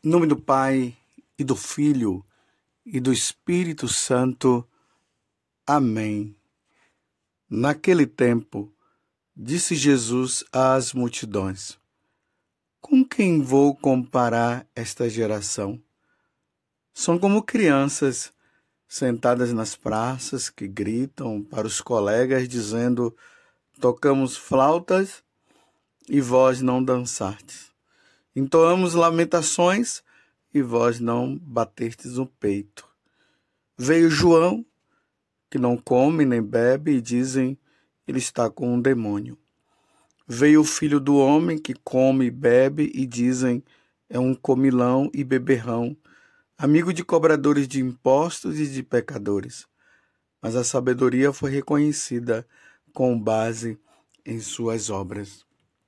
Em nome do Pai, e do Filho, e do Espírito Santo. Amém. Naquele tempo, disse Jesus às multidões: Com quem vou comparar esta geração? São como crianças sentadas nas praças que gritam para os colegas dizendo: tocamos flautas e vós não dançastes. Entoamos lamentações e vós não batestes no peito. Veio João, que não come nem bebe, e dizem: ele está com um demônio. Veio o Filho do Homem, que come e bebe, e dizem: é um comilão e beberrão, amigo de cobradores de impostos e de pecadores. Mas a sabedoria foi reconhecida com base em suas obras.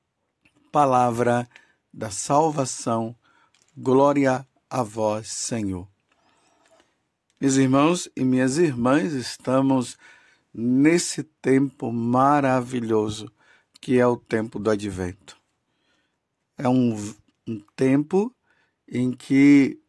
Palavra da salvação. Glória a vós, Senhor. Meus irmãos e minhas irmãs, estamos nesse tempo maravilhoso que é o tempo do Advento. É um tempo em que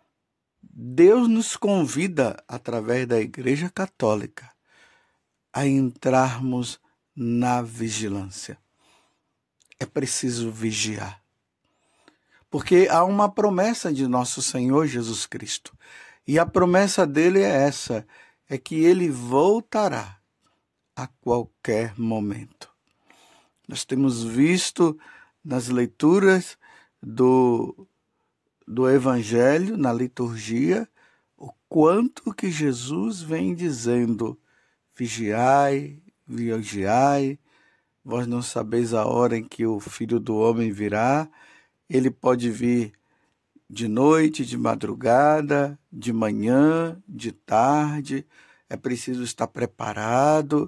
Deus nos convida, através da Igreja Católica, a entrarmos na vigilância. É preciso vigiar. Porque há uma promessa de nosso Senhor Jesus Cristo. E a promessa dele é essa, é que ele voltará a qualquer momento. Nós temos visto nas leituras do Evangelho, na liturgia, o quanto que Jesus vem dizendo: vigiai, vigiai, vós não sabeis a hora em que o Filho do Homem virá. Ele pode vir de noite, de madrugada, de manhã, de tarde. É preciso estar preparado.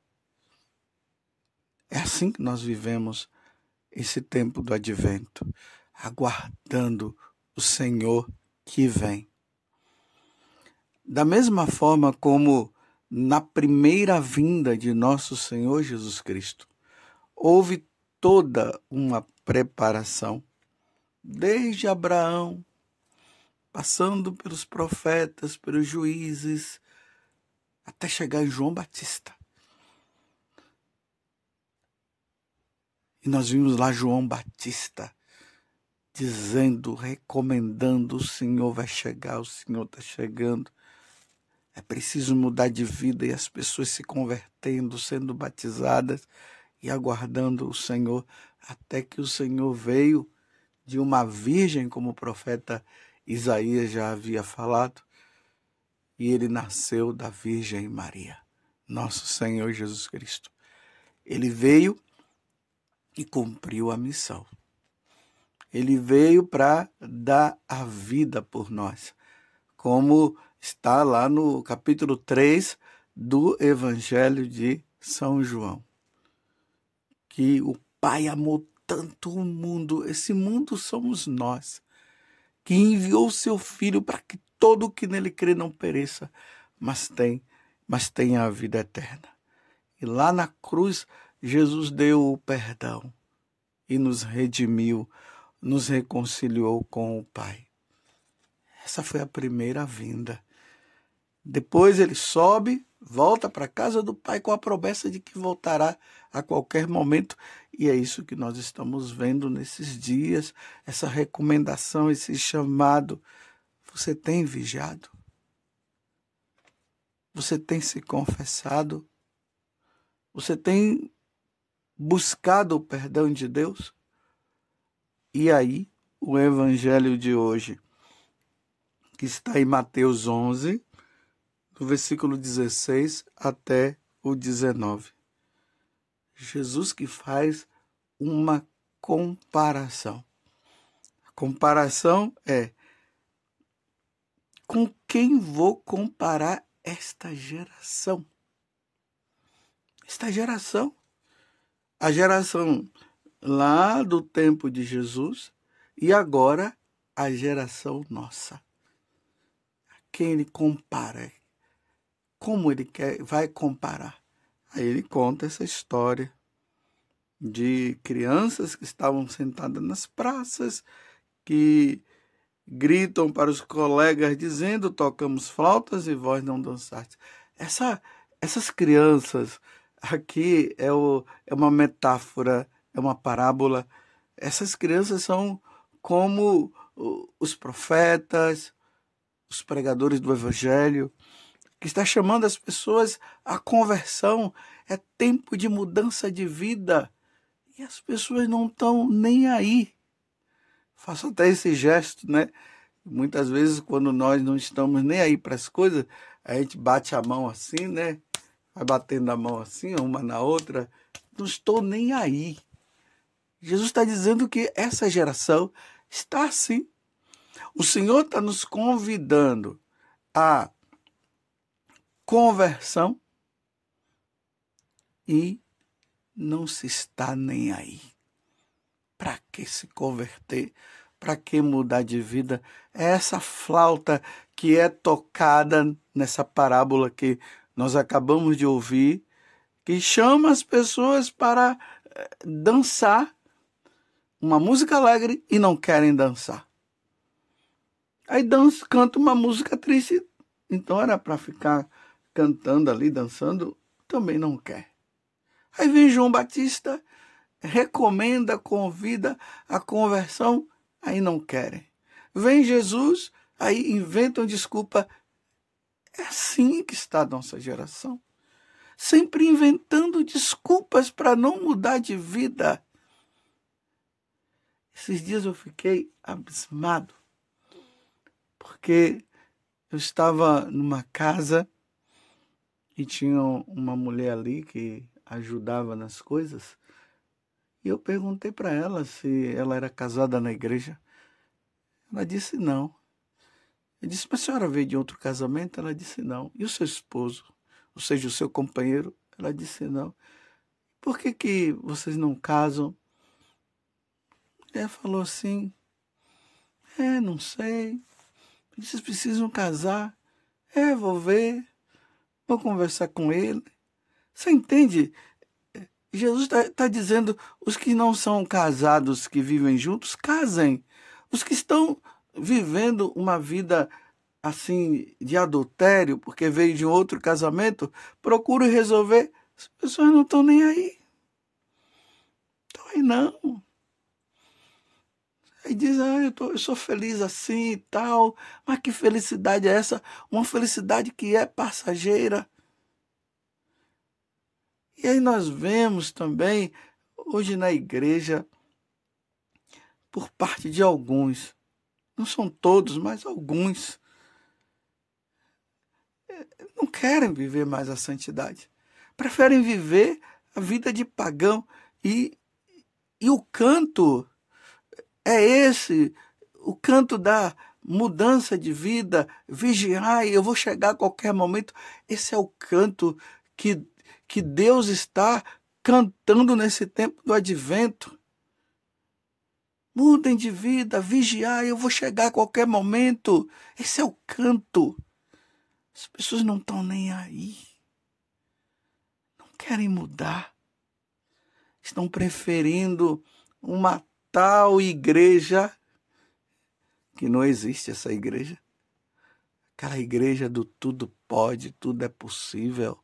É assim que nós vivemos esse tempo do Advento, aguardando o Senhor que vem. Da mesma forma como na primeira vinda de nosso Senhor Jesus Cristo, houve toda uma preparação, desde Abraão, passando pelos profetas, pelos juízes, até chegar em João Batista. E nós vimos lá João Batista dizendo, recomendando: o Senhor vai chegar, o Senhor está chegando. É preciso mudar de vida, e as pessoas se convertendo, sendo batizadas e aguardando o Senhor, até que o Senhor veio de uma virgem, como o profeta Isaías já havia falado, e ele nasceu da Virgem Maria, nosso Senhor Jesus Cristo. Ele veio e cumpriu a missão. Ele veio para dar a vida por nós, como está lá no capítulo 3 do Evangelho de São João. Que o Pai amou tanto o mundo, esse mundo somos nós, que enviou o seu Filho para que todo o que nele crê não pereça, mas tenha a vida eterna. E lá na cruz, Jesus deu o perdão e nos redimiu, nos reconciliou com o Pai. Essa foi a primeira vinda. Depois ele sobe, volta para a casa do Pai com a promessa de que voltará a qualquer momento. E é isso que nós estamos vendo nesses dias, essa recomendação, esse chamado. Você tem vigiado? Você tem se confessado? Você tem buscado o perdão de Deus? E aí, o Evangelho de hoje, que está em Mateus 11, do versículo 16 até o 19. Jesus que faz uma comparação. A comparação é: com quem vou comparar esta geração? Esta geração, a geração lá do tempo de Jesus e agora a geração nossa. A quem ele compara? Como ele vai comparar? Aí ele conta essa história de crianças que estavam sentadas nas praças, que gritam para os colegas dizendo: tocamos flautas e vós não dançastes. Essas crianças, aqui é uma metáfora, é uma parábola. Essas crianças são como os profetas, os pregadores do Evangelho, que está chamando as pessoas à conversão. É tempo de mudança de vida. E as pessoas não estão nem aí. Faço até esse gesto, né? Muitas vezes, quando nós não estamos nem aí para as coisas, a gente bate a mão assim, né? Vai batendo a mão assim, uma na outra. Não estou nem aí. Jesus está dizendo que essa geração está assim. O Senhor está nos convidando à conversão e não se está nem aí. Para que se converter? Para que mudar de vida? É essa flauta que é tocada nessa parábola que nós acabamos de ouvir, que chama as pessoas para dançar uma música alegre e não querem dançar. Aí canta uma música triste, então era para ficar cantando ali, dançando, também não quer. Aí vem João Batista, recomenda, convida a conversão, aí não querem. Vem Jesus, aí inventam desculpa. É assim que está a nossa geração. Sempre inventando desculpas para não mudar de vida. Esses dias eu fiquei abismado, porque eu estava numa casa e tinha uma mulher ali que ajudava nas coisas. E eu perguntei para ela se ela era casada na igreja. Ela disse não. Eu disse: mas a senhora veio de outro casamento? Ela disse não. E o seu esposo? Ou seja, o seu companheiro? Ela disse não. Por que vocês não casam? Ela falou assim: não sei. Vocês precisam casar. Vou ver. Vou conversar com ele. Você entende? Jesus está dizendo: os que não são casados, que vivem juntos, casem. Os que estão vivendo uma vida assim de adultério, porque veio de um outro casamento, procurem resolver. As pessoas não estão nem aí. Estão aí não. Aí diz: eu sou feliz assim e tal. Mas que felicidade é essa? Uma felicidade que é passageira. E aí nós vemos também, hoje na igreja, por parte de alguns, não são todos, mas alguns, não querem viver mais a santidade. Preferem viver a vida de pagão. E o canto é esse, o canto da mudança de vida, vigiar, eu vou chegar a qualquer momento. Esse é o canto que Deus está cantando nesse tempo do advento. Mudem de vida, vigiar, eu vou chegar a qualquer momento. Esse é o canto. As pessoas não estão nem aí. Não querem mudar. Estão preferindo uma tal igreja, que não existe essa igreja. Aquela igreja do tudo pode, tudo é possível.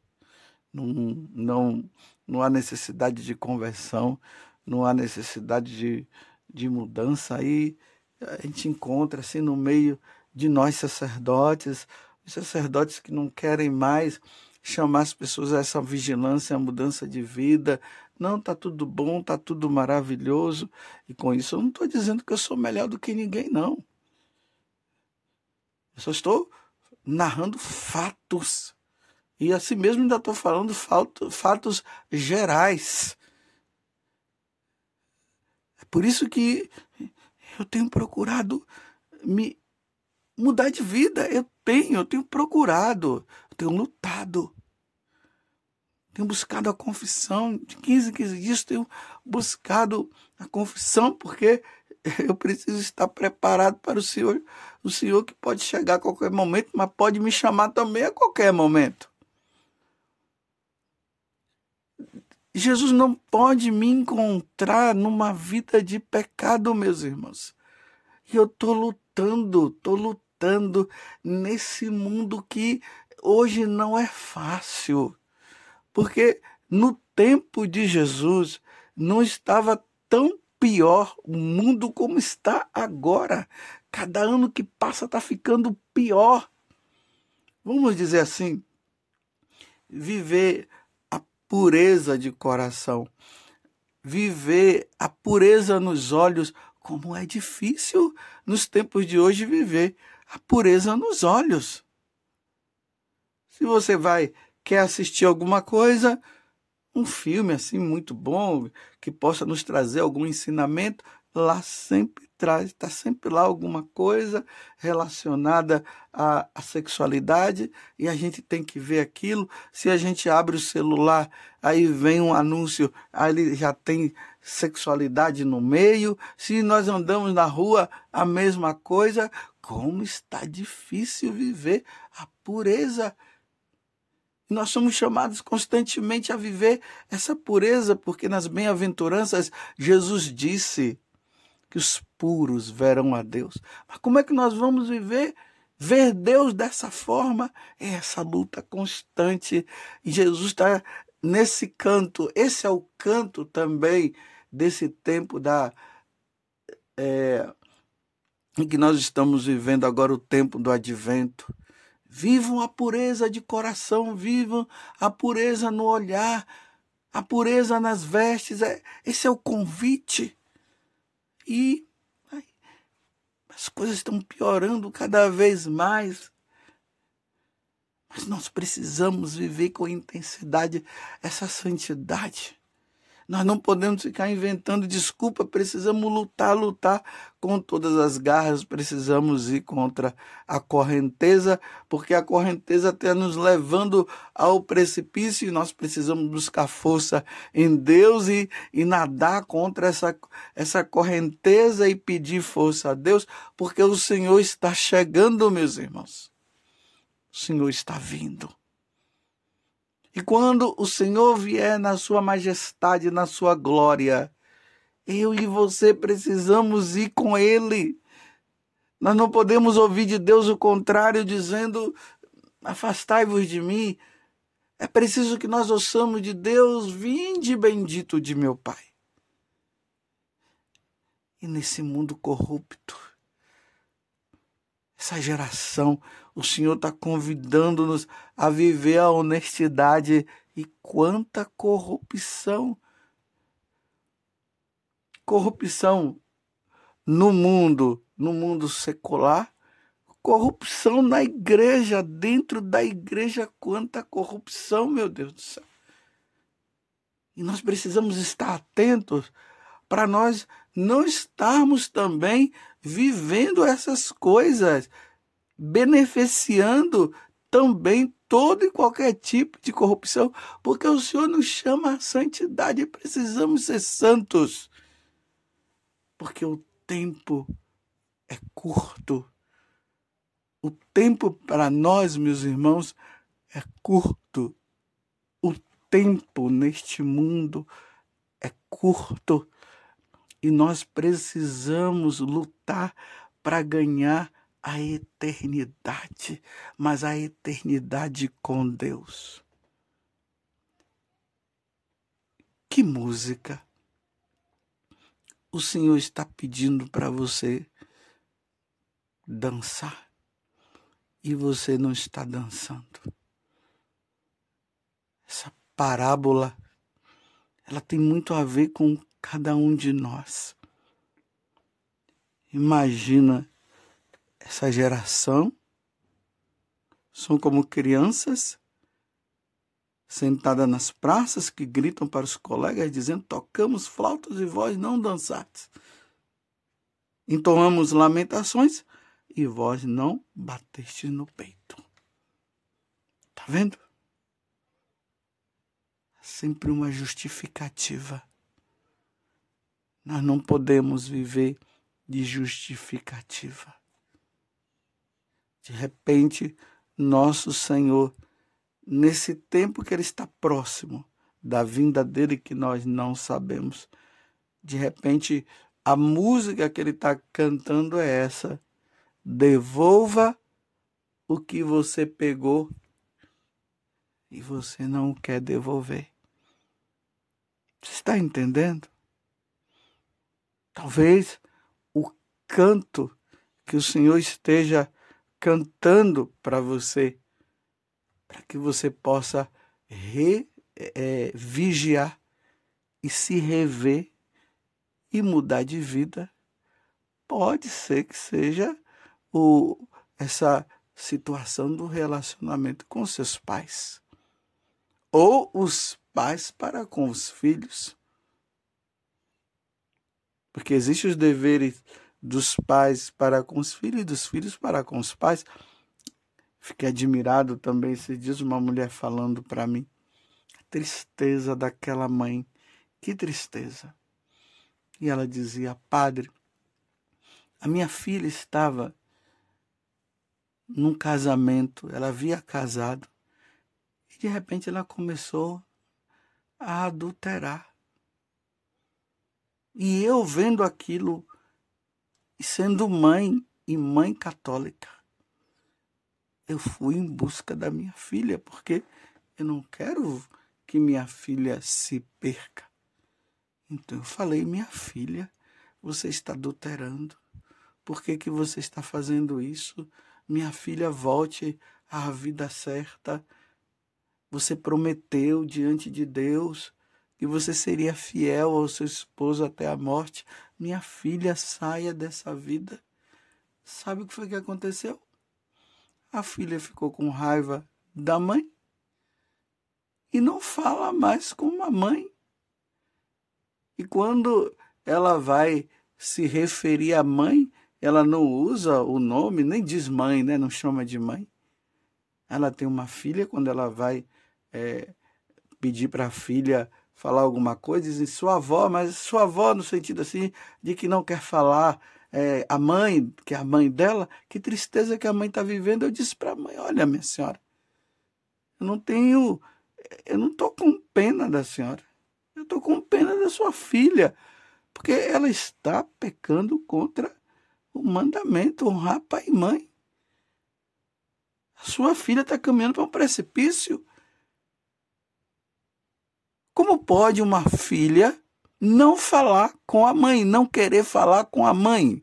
Não há necessidade de conversão, não há necessidade de mudança. Aí a gente encontra assim no meio de nós sacerdotes, os sacerdotes que não querem mais chamar as pessoas a essa vigilância, a mudança de vida. Não, está tudo bom, está tudo maravilhoso. E com isso eu não estou dizendo que eu sou melhor do que ninguém, não. Eu só estou narrando fatos. E assim mesmo ainda estou falando fatos gerais. É por isso que eu tenho procurado me mudar de vida. Eu tenho procurado, eu tenho lutado. Tenho buscado a confissão. De 15 em 15 dias tenho buscado a confissão, porque eu preciso estar preparado para o Senhor. O Senhor que pode chegar a qualquer momento, mas pode me chamar também a qualquer momento. Jesus não pode me encontrar numa vida de pecado, meus irmãos. E eu estou lutando nesse mundo que hoje não é fácil. Porque no tempo de Jesus não estava tão pior o mundo como está agora. Cada ano que passa está ficando pior. Vamos dizer assim, viver a pureza de coração, viver a pureza nos olhos, como é difícil nos tempos de hoje viver a pureza nos olhos. Se você quer assistir alguma coisa, um filme assim muito bom, que possa nos trazer algum ensinamento, lá sempre traz, está sempre lá alguma coisa relacionada à sexualidade, e a gente tem que ver aquilo. Se a gente abre o celular, aí vem um anúncio, aí ele já tem sexualidade no meio. Se nós andamos na rua, a mesma coisa. Como está difícil viver a pureza. Nós somos chamados constantemente a viver essa pureza, porque nas bem-aventuranças Jesus disse que os puros verão a Deus. Mas como é que nós vamos ver Deus dessa forma? É essa luta constante. E Jesus está nesse canto. Esse é o canto também desse tempo em que nós estamos vivendo agora, o tempo do advento. Vivam a pureza de coração, vivam a pureza no olhar, a pureza nas vestes. Esse é o convite. E as coisas estão piorando cada vez mais. Mas nós precisamos viver com intensidade essa santidade. Nós não podemos ficar inventando desculpa, precisamos lutar com todas as garras, precisamos ir contra a correnteza, porque a correnteza está nos levando ao precipício e nós precisamos buscar força em Deus e nadar contra essa correnteza e pedir força a Deus, porque o Senhor está chegando, meus irmãos. O Senhor está vindo. E quando o Senhor vier na sua majestade, na sua glória, eu e você precisamos ir com Ele. Nós não podemos ouvir de Deus o contrário, dizendo, afastai-vos de mim. É preciso que nós ouçamos de Deus, vinde bendito de meu Pai. E nesse mundo corrupto, essa geração, o Senhor está convidando-nos a viver a honestidade. E quanta corrupção! Corrupção no mundo secular, corrupção na igreja, dentro da igreja, quanta corrupção, meu Deus do céu. E nós precisamos estar atentos para nós não estarmos também vivendo essas coisas, beneficiando também todo e qualquer tipo de corrupção, porque o Senhor nos chama à santidade e precisamos ser santos, porque o tempo é curto. O tempo para nós, meus irmãos, é curto. O tempo neste mundo é curto. E nós precisamos lutar para ganhar a eternidade, mas a eternidade com Deus. Que música o Senhor está pedindo para você dançar e você não está dançando. Essa parábola, ela tem muito a ver com cada um de nós. Imagina essa geração, são como crianças sentadas nas praças que gritam para os colegas dizendo: tocamos flautas e vós não dançaste. Entoamos lamentações e vós não batestes no peito. Tá vendo? Sempre uma justificativa. Nós não podemos viver de justificativa. De repente, nosso Senhor, nesse tempo que Ele está próximo da vinda dEle, que nós não sabemos, de repente A música que ele está cantando é essa: devolva o que você pegou e você não quer devolver. Você está entendendo? Talvez o canto que o Senhor esteja cantando para você, para que você possa vigiar e se rever e mudar de vida. Pode ser que seja essa situação do relacionamento com seus pais, ou os pais para com os filhos. Porque existem os deveres dos pais para com os filhos e dos filhos para com os pais. Fiquei admirado também esses dias, uma mulher falando para mim, a tristeza daquela mãe, que tristeza. E ela dizia: padre, a minha filha estava num casamento, ela havia casado, e de repente ela começou a adulterar. E eu vendo aquilo, e sendo mãe e mãe católica, eu fui em busca da minha filha, porque eu não quero que minha filha se perca. Então eu falei: minha filha, você está adulterando. Por que que você está fazendo isso? Minha filha, volte à vida certa. Você prometeu diante de Deus que você seria fiel ao seu esposo até a morte. Minha filha, saia dessa vida. Sabe o que foi que aconteceu? A filha ficou com raiva da mãe e não fala mais com a mãe. E quando ela vai se referir à mãe, ela não usa o nome, nem diz mãe, né? Não chama de mãe. Ela tem uma filha, quando ela vai pedir para a filha falar alguma coisa, dizem sua avó, mas sua avó no sentido assim, de que não quer falar a mãe, que é a mãe dela, que tristeza que a mãe está vivendo. Eu disse para a mãe: olha, minha senhora, eu não estou com pena da senhora, eu estou com pena da sua filha, porque ela está pecando contra o mandamento, honrar pai e mãe. A sua filha está caminhando para um precipício. Como pode uma filha não falar com a mãe, não querer falar com a mãe?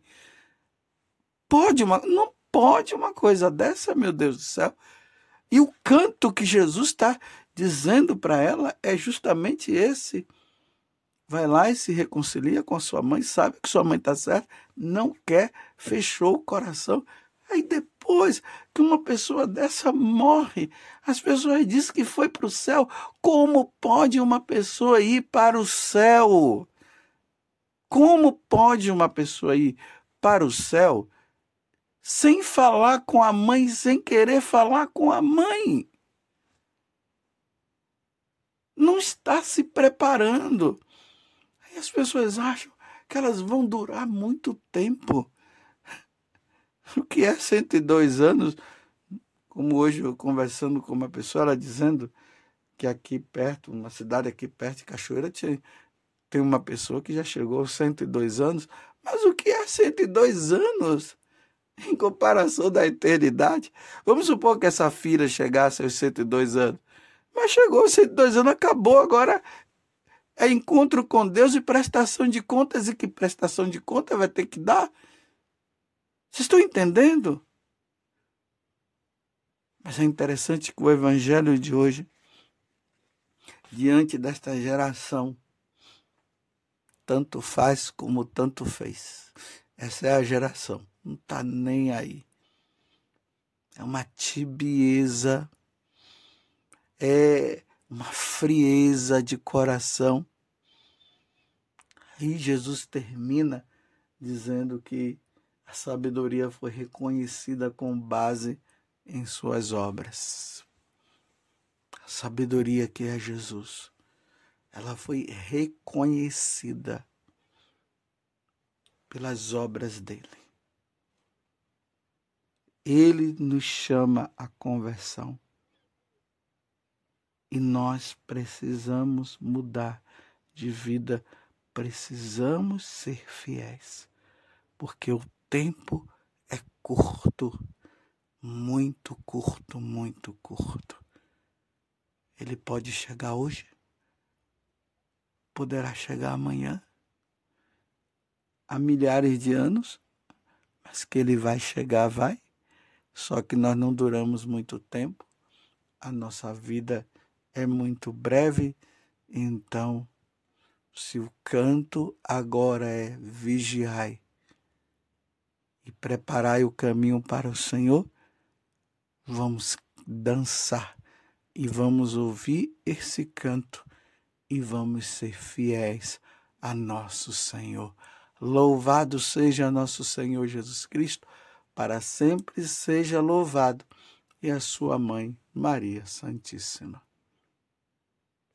Não pode uma coisa dessa, meu Deus do céu. E o canto que Jesus está dizendo para ela é justamente esse. Vai lá e se reconcilia com a sua mãe, sabe que sua mãe está certa, não quer, fechou o coração. Aí depois que uma pessoa dessa morre, as pessoas dizem que foi para o céu. Como pode uma pessoa ir para o céu? Como pode uma pessoa ir para o céu sem falar com a mãe, sem querer falar com a mãe? Não está se preparando. Aí as pessoas acham que elas vão durar muito tempo. O que é 102 anos? Como hoje eu conversando com uma pessoa, ela dizendo que aqui perto, uma cidade aqui perto de Cachoeira, tem uma pessoa que já chegou aos 102 anos. Mas o que é 102 anos em comparação da eternidade? Vamos supor que essa filha chegasse aos 102 anos. Mas chegou aos 102 anos, acabou, agora é encontro com Deus e prestação de contas. E que prestação de contas vai ter que dar? Vocês estão entendendo? Mas é interessante que o evangelho de hoje, diante desta geração, tanto faz como tanto fez. Essa é a geração, não está nem aí. É uma tibieza, é uma frieza de coração. Aí Jesus termina dizendo que a sabedoria foi reconhecida com base em suas obras. A sabedoria que é Jesus, ela foi reconhecida pelas obras dele. Ele nos chama à conversão. E nós precisamos mudar de vida precisamos ser fiéis, porque o tempo é curto, muito curto, muito curto. Ele pode chegar hoje, poderá chegar amanhã, há milhares de anos, mas que ele vai chegar, vai. Só que nós não duramos muito tempo, a nossa vida é muito breve, então, se o canto agora é vigiai e preparai o caminho para o Senhor, vamos dançar e vamos ouvir esse canto e vamos ser fiéis a nosso Senhor. Louvado seja nosso Senhor Jesus Cristo, para sempre seja louvado, e a sua mãe, Maria Santíssima.